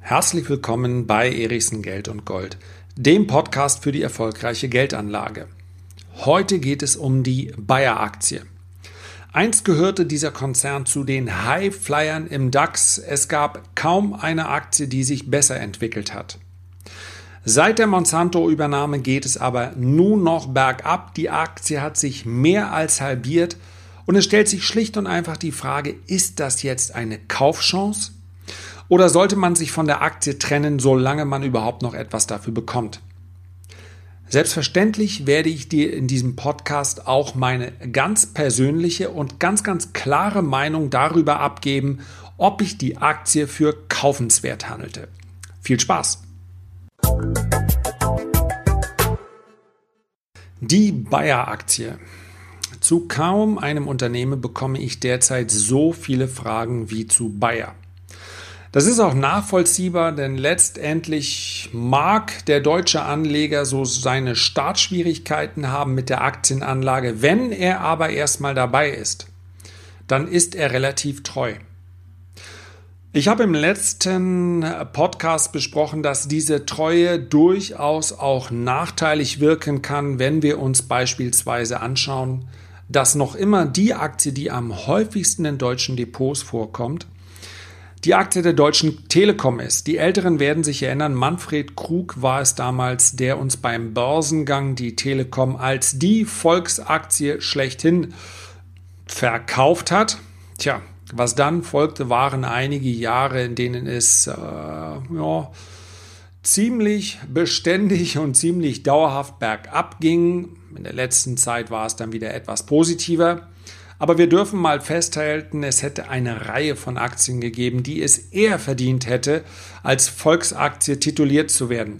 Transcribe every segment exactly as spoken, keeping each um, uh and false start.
Herzlich willkommen bei Erichsen Geld und Gold, dem Podcast für die erfolgreiche Geldanlage. Heute geht es um die Bayer-Aktie. Einst gehörte dieser Konzern zu den Highflyern im DAX. Es gab kaum eine Aktie, die sich besser entwickelt hat. Seit der Monsanto-Übernahme geht es aber nur noch bergab. Die Aktie hat sich mehr als halbiert und es stellt sich schlicht und einfach die Frage, ist das jetzt eine Kaufchance? Oder sollte man sich von der Aktie trennen, solange man überhaupt noch etwas dafür bekommt? Selbstverständlich werde ich dir in diesem Podcast auch meine ganz persönliche und ganz, ganz klare Meinung darüber abgeben, ob ich die Aktie für kaufenswert handelte. Viel Spaß! Die Bayer-Aktie. Zu kaum einem Unternehmen bekomme ich derzeit so viele Fragen wie zu Bayer. Das ist auch nachvollziehbar, denn letztendlich mag der deutsche Anleger so seine Startschwierigkeiten haben mit der Aktienanlage. Wenn er aber erstmal dabei ist, dann ist er relativ treu. Ich habe im letzten Podcast besprochen, dass diese Treue durchaus auch nachteilig wirken kann, wenn wir uns beispielsweise anschauen, dass noch immer die Aktie, die am häufigsten in deutschen Depots vorkommt, die Aktie der Deutschen Telekom ist. Die Älteren werden sich erinnern, Manfred Krug war es damals, der uns beim Börsengang die Telekom als die Volksaktie schlechthin verkauft hat. Tja, was dann folgte, waren einige Jahre, in denen es äh, ja, ziemlich beständig und ziemlich dauerhaft bergab ging. In der letzten Zeit war es dann wieder etwas positiver. Aber wir dürfen mal festhalten, es hätte eine Reihe von Aktien gegeben, die es eher verdient hätte, als Volksaktie tituliert zu werden.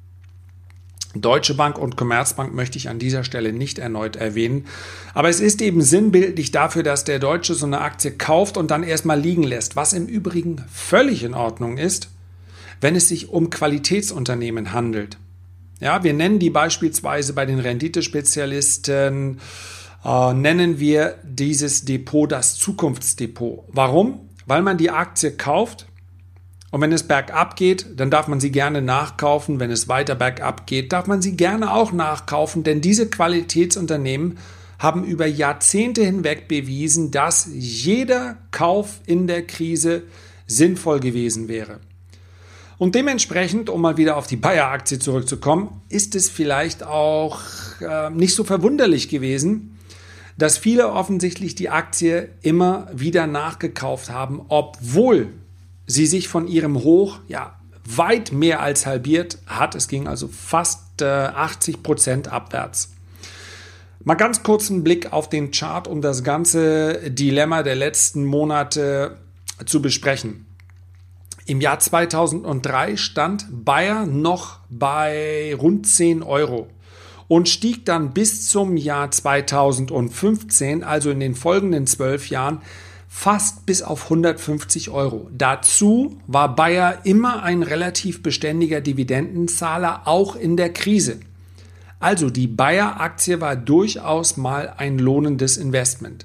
Deutsche Bank und Commerzbank möchte ich an dieser Stelle nicht erneut erwähnen. Aber es ist eben sinnbildlich dafür, dass der Deutsche so eine Aktie kauft und dann erstmal liegen lässt, was im Übrigen völlig in Ordnung ist, wenn es sich um Qualitätsunternehmen handelt. Ja, wir nennen die beispielsweise bei den Renditespezialisten, Äh, nennen wir dieses Depot das Zukunftsdepot. Warum? Weil man die Aktie kauft und wenn es bergab geht, dann darf man sie gerne nachkaufen. Wenn es weiter bergab geht, darf man sie gerne auch nachkaufen, denn diese Qualitätsunternehmen haben über Jahrzehnte hinweg bewiesen, dass jeder Kauf in der Krise sinnvoll gewesen wäre. Und dementsprechend, um mal wieder auf die Bayer-Aktie zurückzukommen, ist es vielleicht auch äh, nicht so verwunderlich gewesen, dass viele offensichtlich die Aktie immer wieder nachgekauft haben, obwohl sie sich von ihrem Hoch ja weit mehr als halbiert hat. Es ging also fast äh, achtzig Prozent abwärts. Mal ganz kurz einen Blick auf den Chart, um das ganze Dilemma der letzten Monate zu besprechen. Im Jahr zweitausenddrei stand Bayer noch bei rund zehn Euro. Und stieg dann bis zum Jahr zweitausendfünfzehn, also in den folgenden zwölf Jahren, fast bis auf hundertfünfzig Euro. Dazu war Bayer immer ein relativ beständiger Dividendenzahler, auch in der Krise. Also die Bayer-Aktie war durchaus mal ein lohnendes Investment.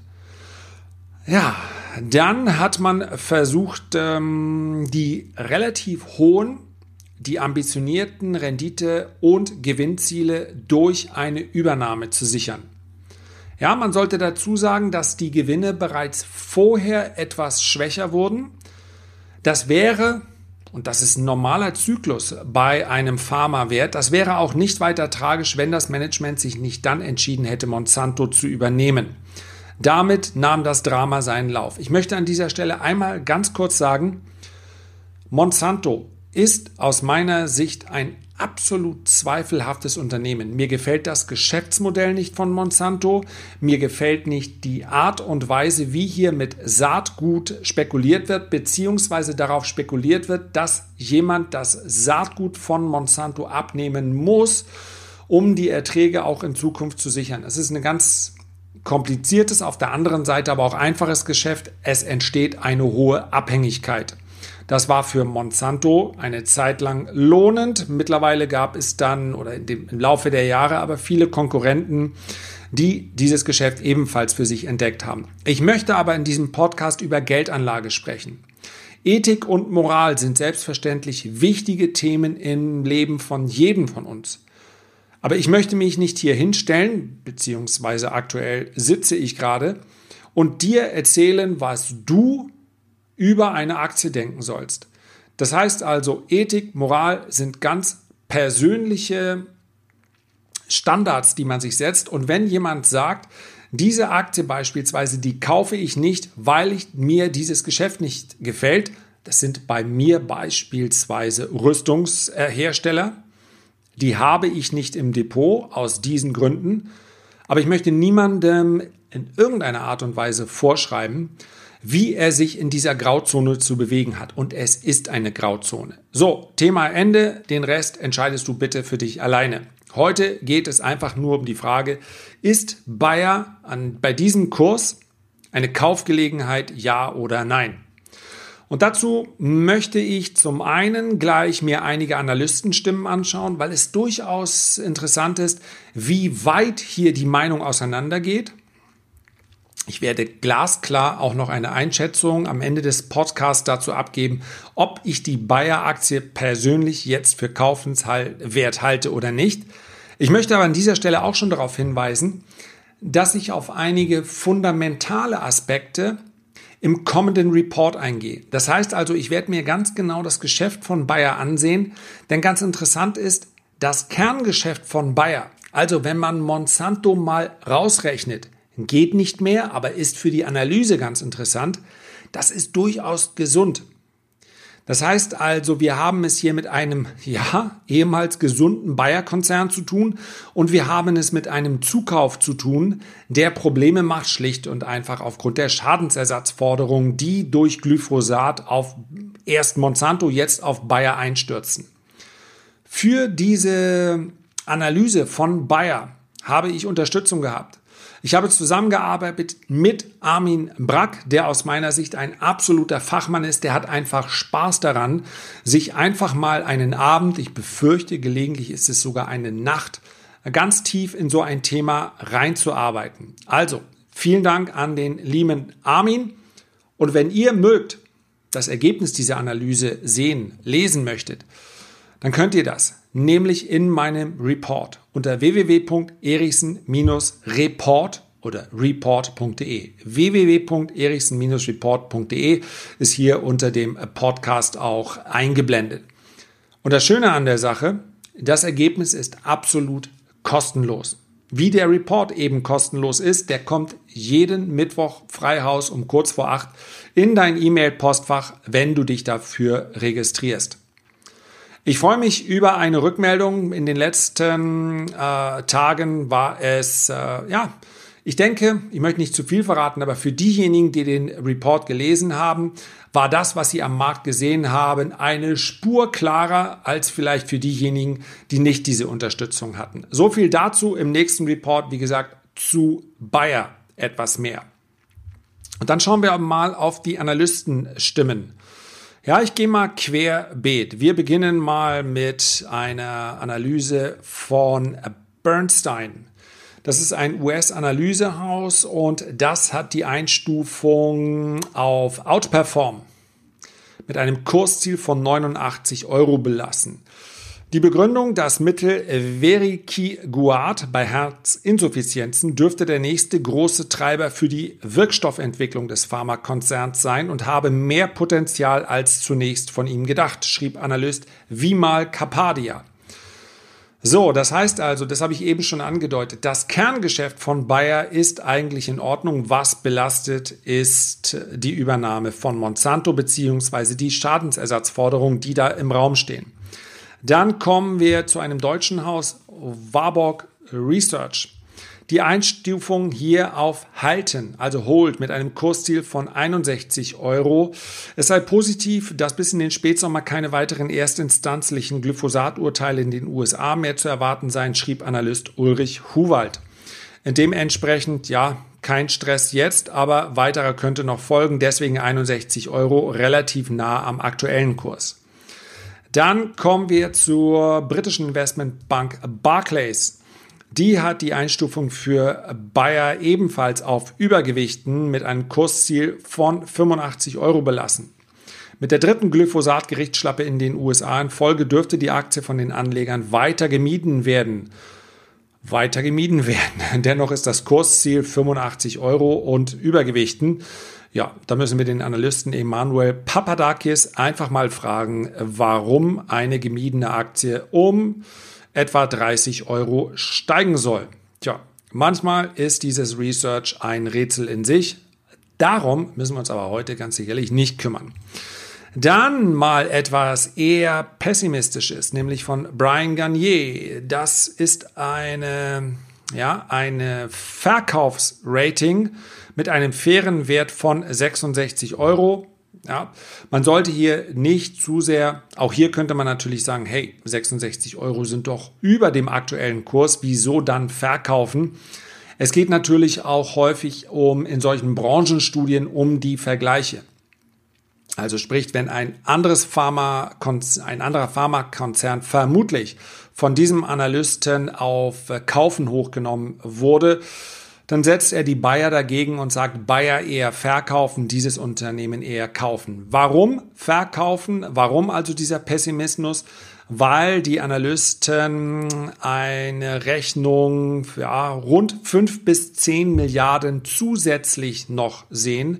Ja, dann hat man versucht, die relativ hohen, die ambitionierten Rendite- und Gewinnziele durch eine Übernahme zu sichern. Ja, man sollte dazu sagen, dass die Gewinne bereits vorher etwas schwächer wurden. Das wäre, und das ist ein normaler Zyklus bei einem Pharmawert, das wäre auch nicht weiter tragisch, wenn das Management sich nicht dann entschieden hätte, Monsanto zu übernehmen. Damit nahm das Drama seinen Lauf. Ich möchte an dieser Stelle einmal ganz kurz sagen, Monsanto ist aus meiner Sicht ein absolut zweifelhaftes Unternehmen. Mir gefällt das Geschäftsmodell nicht von Monsanto. Mir gefällt nicht die Art und Weise, wie hier mit Saatgut spekuliert wird, beziehungsweise darauf spekuliert wird, dass jemand das Saatgut von Monsanto abnehmen muss, um die Erträge auch in Zukunft zu sichern. Es ist ein ganz kompliziertes, auf der anderen Seite aber auch einfaches Geschäft. Es entsteht eine hohe Abhängigkeit. Das war für Monsanto eine Zeit lang lohnend. Mittlerweile gab es dann oder in dem, im Laufe der Jahre aber viele Konkurrenten, die dieses Geschäft ebenfalls für sich entdeckt haben. Ich möchte aber in diesem Podcast über Geldanlage sprechen. Ethik und Moral sind selbstverständlich wichtige Themen im Leben von jedem von uns. Aber ich möchte mich nicht hier hinstellen, beziehungsweise aktuell sitze ich gerade, und dir erzählen, was du über eine Aktie denken sollst. Das heißt also, Ethik, Moral sind ganz persönliche Standards, die man sich setzt. Und wenn jemand sagt, diese Aktie beispielsweise, die kaufe ich nicht, weil ich, mir dieses Geschäft nicht gefällt, das sind bei mir beispielsweise Rüstungshersteller, die habe ich nicht im Depot aus diesen Gründen. Aber ich möchte niemandem in irgendeiner Art und Weise vorschreiben, wie er sich in dieser Grauzone zu bewegen hat. Und es ist eine Grauzone. So, Thema Ende. Den Rest entscheidest du bitte für dich alleine. Heute geht es einfach nur um die Frage, ist Bayer an, bei diesem Kurs eine Kaufgelegenheit, ja oder nein? Und dazu möchte ich zum einen gleich mir einige Analystenstimmen anschauen, weil es durchaus interessant ist, wie weit hier die Meinung auseinandergeht. Ich werde glasklar auch noch eine Einschätzung am Ende des Podcasts dazu abgeben, ob ich die Bayer-Aktie persönlich jetzt für kaufenswert halte oder nicht. Ich möchte aber an dieser Stelle auch schon darauf hinweisen, dass ich auf einige fundamentale Aspekte im kommenden Report eingehe. Das heißt also, ich werde mir ganz genau das Geschäft von Bayer ansehen, denn ganz interessant ist, das Kerngeschäft von Bayer, also wenn man Monsanto mal rausrechnet, geht nicht mehr, aber ist für die Analyse ganz interessant, das ist durchaus gesund. Das heißt also, wir haben es hier mit einem, ja, ehemals gesunden Bayer-Konzern zu tun und wir haben es mit einem Zukauf zu tun, der Probleme macht, schlicht und einfach aufgrund der Schadensersatzforderungen, die durch Glyphosat auf erst Monsanto, jetzt auf Bayer einstürzen. Für diese Analyse von Bayer habe ich Unterstützung gehabt. Ich habe zusammengearbeitet mit Armin Brack, der aus meiner Sicht ein absoluter Fachmann ist. Der hat einfach Spaß daran, sich einfach mal einen Abend, ich befürchte, gelegentlich ist es sogar eine Nacht, ganz tief in so ein Thema reinzuarbeiten. Also, vielen Dank an den lieben Armin. Und wenn ihr mögt, das Ergebnis dieser Analyse sehen, lesen möchtet, dann könnt ihr das, nämlich in meinem Report unter w w w punkt erichsen report oder report punkt de. w w w punkt erichsen report punkt de ist hier unter dem Podcast auch eingeblendet. Und das Schöne an der Sache, das Ergebnis ist absolut kostenlos. Wie der Report eben kostenlos ist, der kommt jeden Mittwoch frei Haus um kurz vor acht in dein E-Mail-Postfach, wenn du dich dafür registrierst. Ich freue mich über eine Rückmeldung. In den letzten äh, Tagen war es, äh, ja, ich denke, ich möchte nicht zu viel verraten, aber für diejenigen, die den Report gelesen haben, war das, was sie am Markt gesehen haben, eine Spur klarer als vielleicht für diejenigen, die nicht diese Unterstützung hatten. So viel dazu im nächsten Report, wie gesagt, zu Bayer etwas mehr. Und dann schauen wir mal auf die Analystenstimmen. Ja, ich gehe mal querbeet. Wir beginnen mal mit einer Analyse von Bernstein. Das ist ein U S-Analysehaus und das hat die Einstufung auf Outperform mit einem Kursziel von neunundachtzig Euro belassen. Die Begründung, das Mittel Vericiguat bei Herzinsuffizienzen dürfte der nächste große Treiber für die Wirkstoffentwicklung des Pharmakonzerns sein und habe mehr Potenzial als zunächst von ihm gedacht, schrieb Analyst Vimal Kapadia. So, das heißt also, das habe ich eben schon angedeutet, das Kerngeschäft von Bayer ist eigentlich in Ordnung. Was belastet, ist die Übernahme von Monsanto bzw. die Schadensersatzforderungen, die da im Raum stehen. Dann kommen wir zu einem deutschen Haus, Warburg Research. Die Einstufung hier auf Halten, also Hold, mit einem Kursziel von einundsechzig Euro. Es sei positiv, dass bis in den Spätsommer keine weiteren erstinstanzlichen Glyphosat-Urteile in den U S A mehr zu erwarten seien, schrieb Analyst Ulrich Huwald. Dementsprechend, ja, kein Stress jetzt, aber weiterer könnte noch folgen, deswegen einundsechzig Euro, relativ nah am aktuellen Kurs. Dann kommen wir zur britischen Investmentbank Barclays. Die hat die Einstufung für Bayer ebenfalls auf Übergewichten mit einem Kursziel von fünfundachtzig Euro belassen. Mit der dritten Glyphosat-Gerichtsschlappe in den U S A in Folge dürfte die Aktie von den Anlegern weiter gemieden werden. Weiter gemieden werden. Dennoch ist das Kursziel fünfundachtzig Euro und Übergewichten. Ja, da müssen wir den Analysten Emanuel Papadakis einfach mal fragen, warum eine gemiedene Aktie um etwa dreißig Euro steigen soll. Tja, manchmal ist dieses Research ein Rätsel in sich. Darum müssen wir uns aber heute ganz sicherlich nicht kümmern. Dann mal etwas eher Pessimistisches, nämlich von Brian Garnier. Das ist eine, ja, eine Verkaufsrating mit einem fairen Wert von sechsundsechzig Euro. Ja, man sollte hier nicht zu sehr, auch hier könnte man natürlich sagen, hey, sechsundsechzig Euro sind doch über dem aktuellen Kurs, wieso dann verkaufen? Es geht natürlich auch häufig um in solchen Branchenstudien um die Vergleiche. Also sprich, wenn ein anderes Pharma, ein anderer Pharmakonzern vermutlich von diesem Analysten auf Kaufen hochgenommen wurde, dann setzt er die Bayer dagegen und sagt, Bayer eher verkaufen, dieses Unternehmen eher kaufen. Warum verkaufen? Warum also dieser Pessimismus? Weil die Analysten eine Rechnung für ja, rund fünf bis zehn Milliarden zusätzlich noch sehen,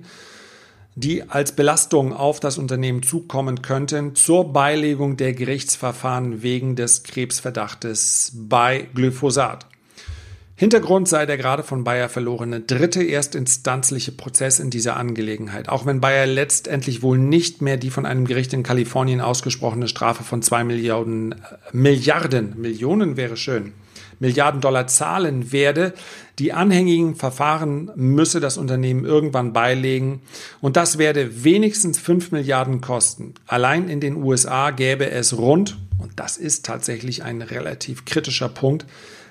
die als Belastung auf das Unternehmen zukommen könnten zur Beilegung der Gerichtsverfahren wegen des Krebsverdachtes bei Glyphosat. Hintergrund sei der gerade von Bayer verlorene dritte erstinstanzliche Prozess in dieser Angelegenheit. Auch wenn Bayer letztendlich wohl nicht mehr die von einem Gericht in Kalifornien ausgesprochene Strafe von zwei Milliarden, Milliarden, Millionen wäre schön, Milliarden Dollar zahlen werde, die anhängigen Verfahren müsse das Unternehmen irgendwann beilegen und das werde wenigstens fünf Milliarden kosten. Allein in den U S A gäbe es rund, und das ist tatsächlich ein relativ kritischer Punkt,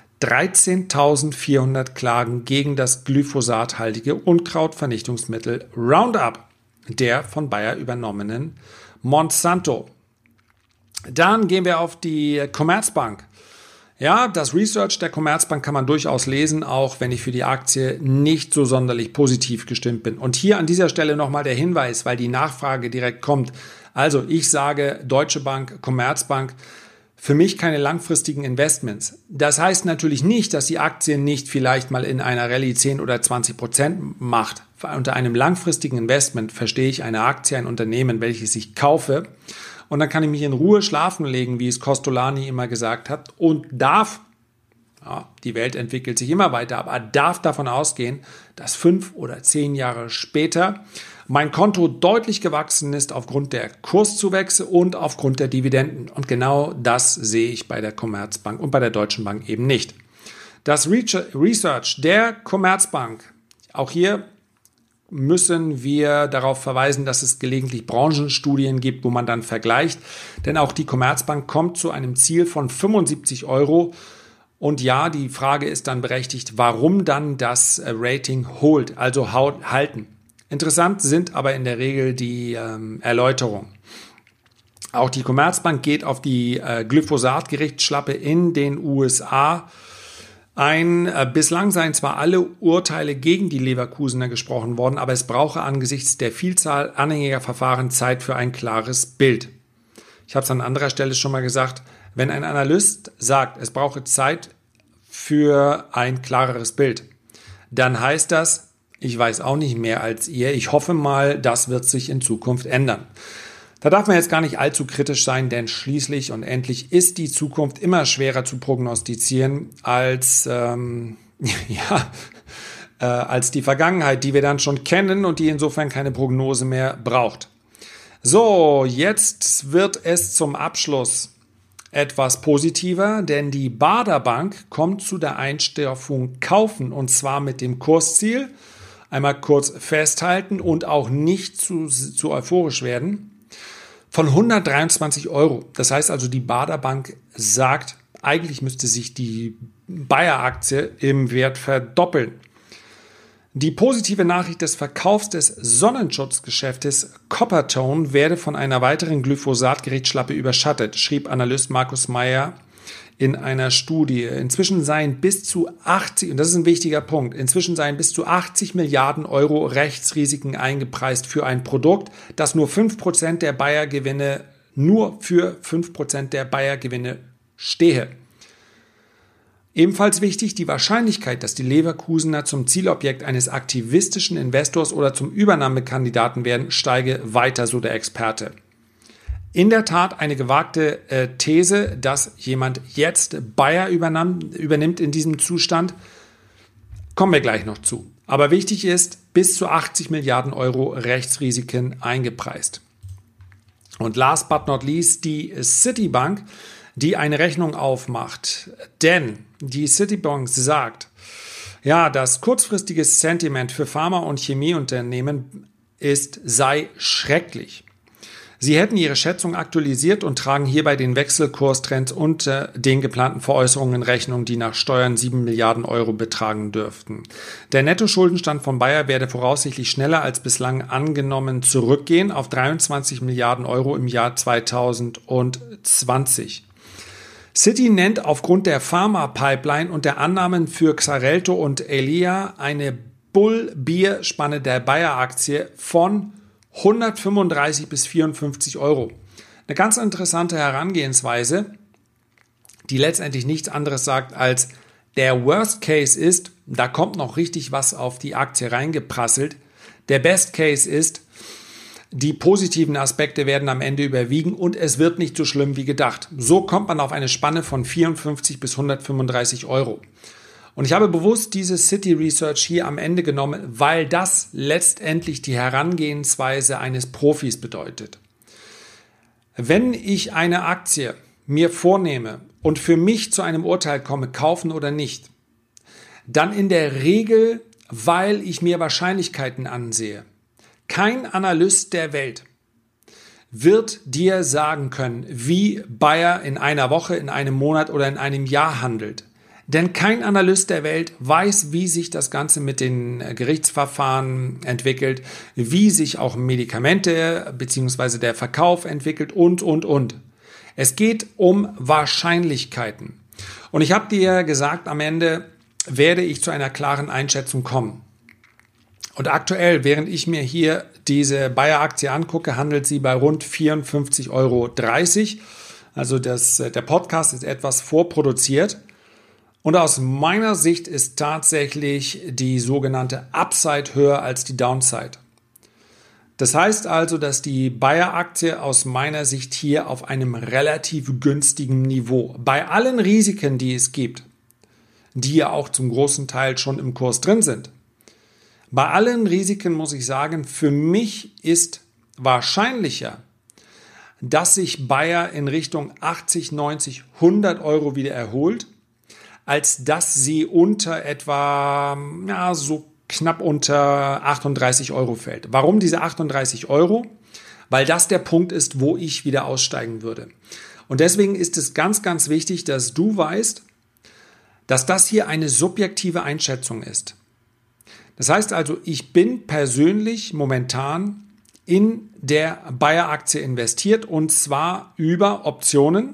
dreizehntausendvierhundert Klagen gegen das glyphosathaltige Unkrautvernichtungsmittel Roundup, der von Bayer übernommenen Monsanto. Dann gehen wir auf die Commerzbank. Ja, das Research der Commerzbank kann man durchaus lesen, auch wenn ich für die Aktie nicht so sonderlich positiv gestimmt bin. Und hier an dieser Stelle nochmal der Hinweis, weil die Nachfrage direkt kommt. Also ich sage Deutsche Bank, Commerzbank, für mich keine langfristigen Investments. Das heißt natürlich nicht, dass die Aktie nicht vielleicht mal in einer Rallye zehn oder zwanzig Prozent macht. Unter einem langfristigen Investment verstehe ich eine Aktie, ein Unternehmen, welches ich kaufe. Und dann kann ich mich in Ruhe schlafen legen, wie es Kostolani immer gesagt hat, und darf, ja, die Welt entwickelt sich immer weiter, aber darf davon ausgehen, dass fünf oder zehn Jahre später mein Konto deutlich gewachsen ist aufgrund der Kurszuwächse und aufgrund der Dividenden. Und genau das sehe ich bei der Commerzbank und bei der Deutschen Bank eben nicht. Das Research der Commerzbank, auch hier müssen wir darauf verweisen, dass es gelegentlich Branchenstudien gibt, wo man dann vergleicht. Denn auch die Commerzbank kommt zu einem Ziel von fünfundsiebzig Euro. Und ja, die Frage ist dann berechtigt, warum dann das Rating holt, also halten. Interessant sind aber in der Regel die ähm, Erläuterungen. Auch die Commerzbank geht auf die äh, Glyphosat-Gerichtsschlappe in den U S A ein. Äh, bislang seien zwar alle Urteile gegen die Leverkusener gesprochen worden, aber es brauche angesichts der Vielzahl anhängiger Verfahren Zeit für ein klares Bild. Ich habe es an anderer Stelle schon mal gesagt, wenn ein Analyst sagt, es brauche Zeit für ein klareres Bild, dann heißt das, ich weiß auch nicht mehr als ihr. Ich hoffe mal, das wird sich in Zukunft ändern. Da darf man jetzt gar nicht allzu kritisch sein, denn schließlich und endlich ist die Zukunft immer schwerer zu prognostizieren als, ähm, ja, äh, als die Vergangenheit, die wir dann schon kennen und die insofern keine Prognose mehr braucht. So, jetzt wird es zum Abschluss etwas positiver, denn die Baader Bank kommt zu der Einstufung kaufen und zwar mit dem Kursziel, einmal kurz festhalten und auch nicht zu, zu euphorisch werden, von hundertdreiundzwanzig Euro. Das heißt also, die Baader Bank sagt, eigentlich müsste sich die Bayer-Aktie im Wert verdoppeln. Die positive Nachricht des Verkaufs des Sonnenschutzgeschäftes Coppertone werde von einer weiteren Glyphosat-Gerichtsschlappe überschattet, schrieb Analyst Markus Meyer in einer Studie, inzwischen seien bis zu achtzig, und das ist ein wichtiger Punkt, inzwischen seien bis zu achtzig Milliarden Euro Rechtsrisiken eingepreist für ein Produkt, das nur fünf Prozent der Bayer-Gewinne, nur für fünf Prozent der Bayer-Gewinne stehe. Ebenfalls wichtig, die Wahrscheinlichkeit, dass die Leverkusener zum Zielobjekt eines aktivistischen Investors oder zum Übernahmekandidaten werden, steige weiter, so der Experte. In der Tat eine gewagte äh, These, dass jemand jetzt Bayer übernahm, übernimmt in diesem Zustand. Kommen wir gleich noch zu. Aber wichtig ist, bis zu achtzig Milliarden Euro Rechtsrisiken eingepreist. Und last but not least die Citibank, die eine Rechnung aufmacht. Denn die Citibank sagt, ja, das kurzfristige Sentiment für Pharma- und Chemieunternehmen ist, sei schrecklich. Sie hätten ihre Schätzung aktualisiert und tragen hierbei den Wechselkurstrend unter den geplanten Veräußerungen Rechnung, die nach Steuern sieben Milliarden Euro betragen dürften. Der Nettoschuldenstand von Bayer werde voraussichtlich schneller als bislang angenommen zurückgehen auf dreiundzwanzig Milliarden Euro im Jahr zweitausendzwanzig. Citi nennt aufgrund der Pharma-Pipeline und der Annahmen für Xarelto und Eylea eine Bull-Bier-Spanne der Bayer-Aktie von hundertfünfunddreißig bis vierundfünfzig Euro. Eine ganz interessante Herangehensweise, die letztendlich nichts anderes sagt als, der Worst Case ist, da kommt noch richtig was auf die Aktie reingeprasselt. Der Best Case ist, die positiven Aspekte werden am Ende überwiegen und es wird nicht so schlimm wie gedacht. So kommt man auf eine Spanne von vierundfünfzig bis hundertfünfunddreißig Euro. Und ich habe bewusst diese Citi Research hier am Ende genommen, weil das letztendlich die Herangehensweise eines Profis bedeutet. Wenn ich eine Aktie mir vornehme und für mich zu einem Urteil komme, kaufen oder nicht, dann in der Regel, weil ich mir Wahrscheinlichkeiten ansehe. Kein Analyst der Welt wird dir sagen können, wie Bayer in einer Woche, in einem Monat oder in einem Jahr handelt. Denn kein Analyst der Welt weiß, wie sich das Ganze mit den Gerichtsverfahren entwickelt, wie sich auch Medikamente bzw. der Verkauf entwickelt und, und, und. Es geht um Wahrscheinlichkeiten. Und ich habe dir gesagt, am Ende werde ich zu einer klaren Einschätzung kommen. Und aktuell, während ich mir hier diese Bayer-Aktie angucke, handelt sie bei rund vierundfünfzig Euro dreißig. Also das, der Podcast ist etwas vorproduziert. Und aus meiner Sicht ist tatsächlich die sogenannte Upside höher als die Downside. Das heißt also, dass die Bayer-Aktie aus meiner Sicht hier auf einem relativ günstigen Niveau, bei allen Risiken, die es gibt, die ja auch zum großen Teil schon im Kurs drin sind, bei allen Risiken muss ich sagen, für mich ist wahrscheinlicher, dass sich Bayer in Richtung achtzig, neunzig, hundert Euro wieder erholt, als dass sie unter etwa, ja, so knapp unter achtunddreißig Euro fällt. Warum diese achtunddreißig Euro? Weil das der Punkt ist, wo ich wieder aussteigen würde. Und deswegen ist es ganz, ganz wichtig, dass du weißt, dass das hier eine subjektive Einschätzung ist. Das heißt also, ich bin persönlich momentan in der Bayer-Aktie investiert und zwar über Optionen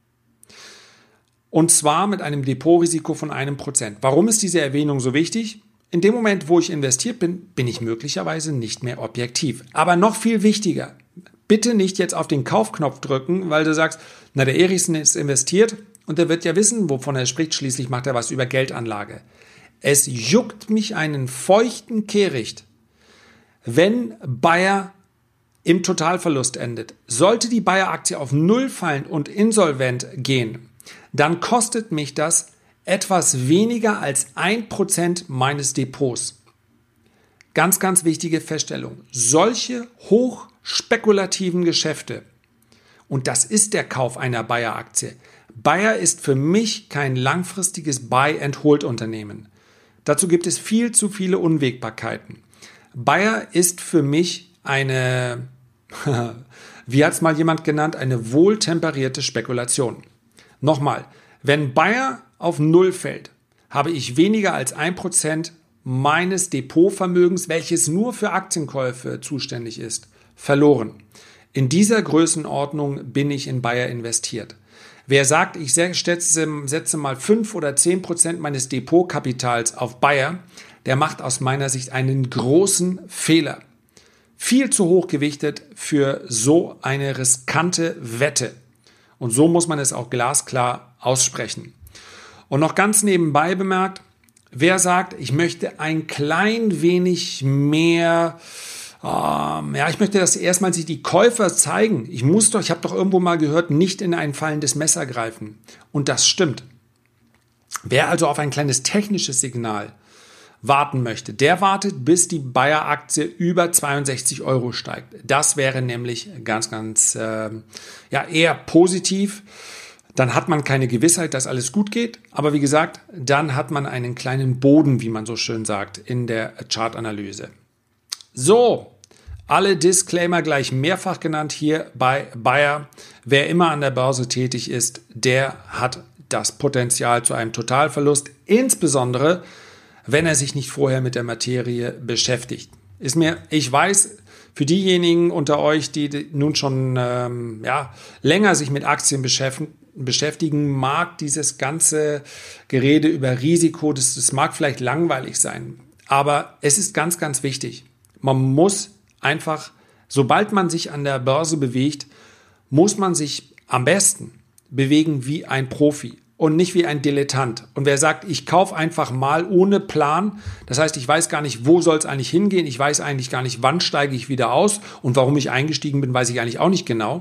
und zwar mit einem Depotrisiko von einem Prozent. Warum ist diese Erwähnung so wichtig? In dem Moment, wo ich investiert bin, bin ich möglicherweise nicht mehr objektiv. Aber noch viel wichtiger, bitte nicht jetzt auf den Kaufknopf drücken, weil du sagst, na, der Erichsen ist investiert und der wird ja wissen, wovon er spricht. Schließlich macht er was über Geldanlage. Es juckt mich einen feuchten Kehricht, wenn Bayer im Totalverlust endet. Sollte die Bayer-Aktie auf Null fallen und insolvent gehen, dann kostet mich das etwas weniger als ein Prozent meines Depots. Ganz, ganz wichtige Feststellung. Solche hochspekulativen Geschäfte, und das ist der Kauf einer Bayer-Aktie. Bayer ist für mich kein langfristiges Buy-and-Hold-Unternehmen. Dazu gibt es viel zu viele Unwägbarkeiten. Bayer ist für mich eine, wie hat es mal jemand genannt, eine wohltemperierte Spekulation. Nochmal, wenn Bayer auf Null fällt, habe ich weniger als ein Prozent meines Depotvermögens, welches nur für Aktienkäufe zuständig ist, verloren. In dieser Größenordnung bin ich in Bayer investiert. Wer sagt, ich setze, setze mal fünf oder zehn Prozent meines Depotkapitals auf Bayer, der macht aus meiner Sicht einen großen Fehler. Viel zu hoch gewichtet für so eine riskante Wette. Und so muss man es auch glasklar aussprechen. Und noch ganz nebenbei bemerkt, wer sagt, ich möchte ein klein wenig mehr, ähm, ja, ich möchte, dass erstmal sich die Käufer zeigen. Ich muss doch, ich habe doch irgendwo mal gehört, nicht in ein fallendes Messer greifen. Und das stimmt. Wer also auf ein kleines technisches Signal warten möchte, der wartet, bis die Bayer-Aktie über zweiundsechzig Euro steigt. Das wäre nämlich ganz, ganz äh, ja, eher positiv. Dann hat man keine Gewissheit, dass alles gut geht. Aber wie gesagt, dann hat man einen kleinen Boden, wie man so schön sagt, in der Chartanalyse. So, alle Disclaimer gleich mehrfach genannt hier bei Bayer. Wer immer an der Börse tätig ist, der hat das Potenzial zu einem Totalverlust, insbesondere wenn er sich nicht vorher mit der Materie beschäftigt. Ist mir, ich weiß, für diejenigen unter euch, die nun schon ähm, ja, länger sich mit Aktien beschäftigen, beschäftigen, mag dieses ganze Gerede über Risiko, das, das mag vielleicht langweilig sein, aber es ist ganz, ganz wichtig. Man muss einfach, sobald man sich an der Börse bewegt, muss man sich am besten bewegen wie ein Profi und nicht wie ein Dilettant. Und wer sagt, ich kaufe einfach mal ohne Plan, das heißt, ich weiß gar nicht, wo soll es eigentlich hingehen, ich weiß eigentlich gar nicht, wann steige ich wieder aus und warum ich eingestiegen bin, weiß ich eigentlich auch nicht genau,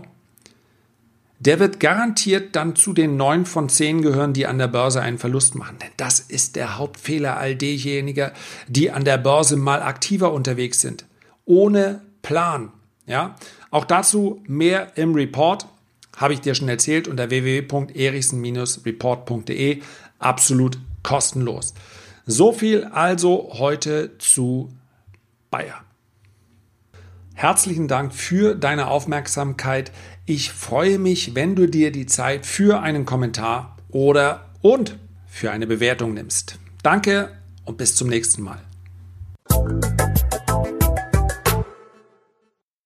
der wird garantiert dann zu den neun von zehn gehören, die an der Börse einen Verlust machen. Denn das ist der Hauptfehler all derjenigen, die an der Börse mal aktiver unterwegs sind. Ohne Plan. Ja? Auch dazu mehr im Report. Habe ich dir schon erzählt unter w w w punkt erichsen Bindestrich report punkt d e. Absolut kostenlos. So viel also heute zu Bayer. Herzlichen Dank für deine Aufmerksamkeit. Ich freue mich, wenn du dir die Zeit für einen Kommentar oder und für eine Bewertung nimmst. Danke und bis zum nächsten Mal.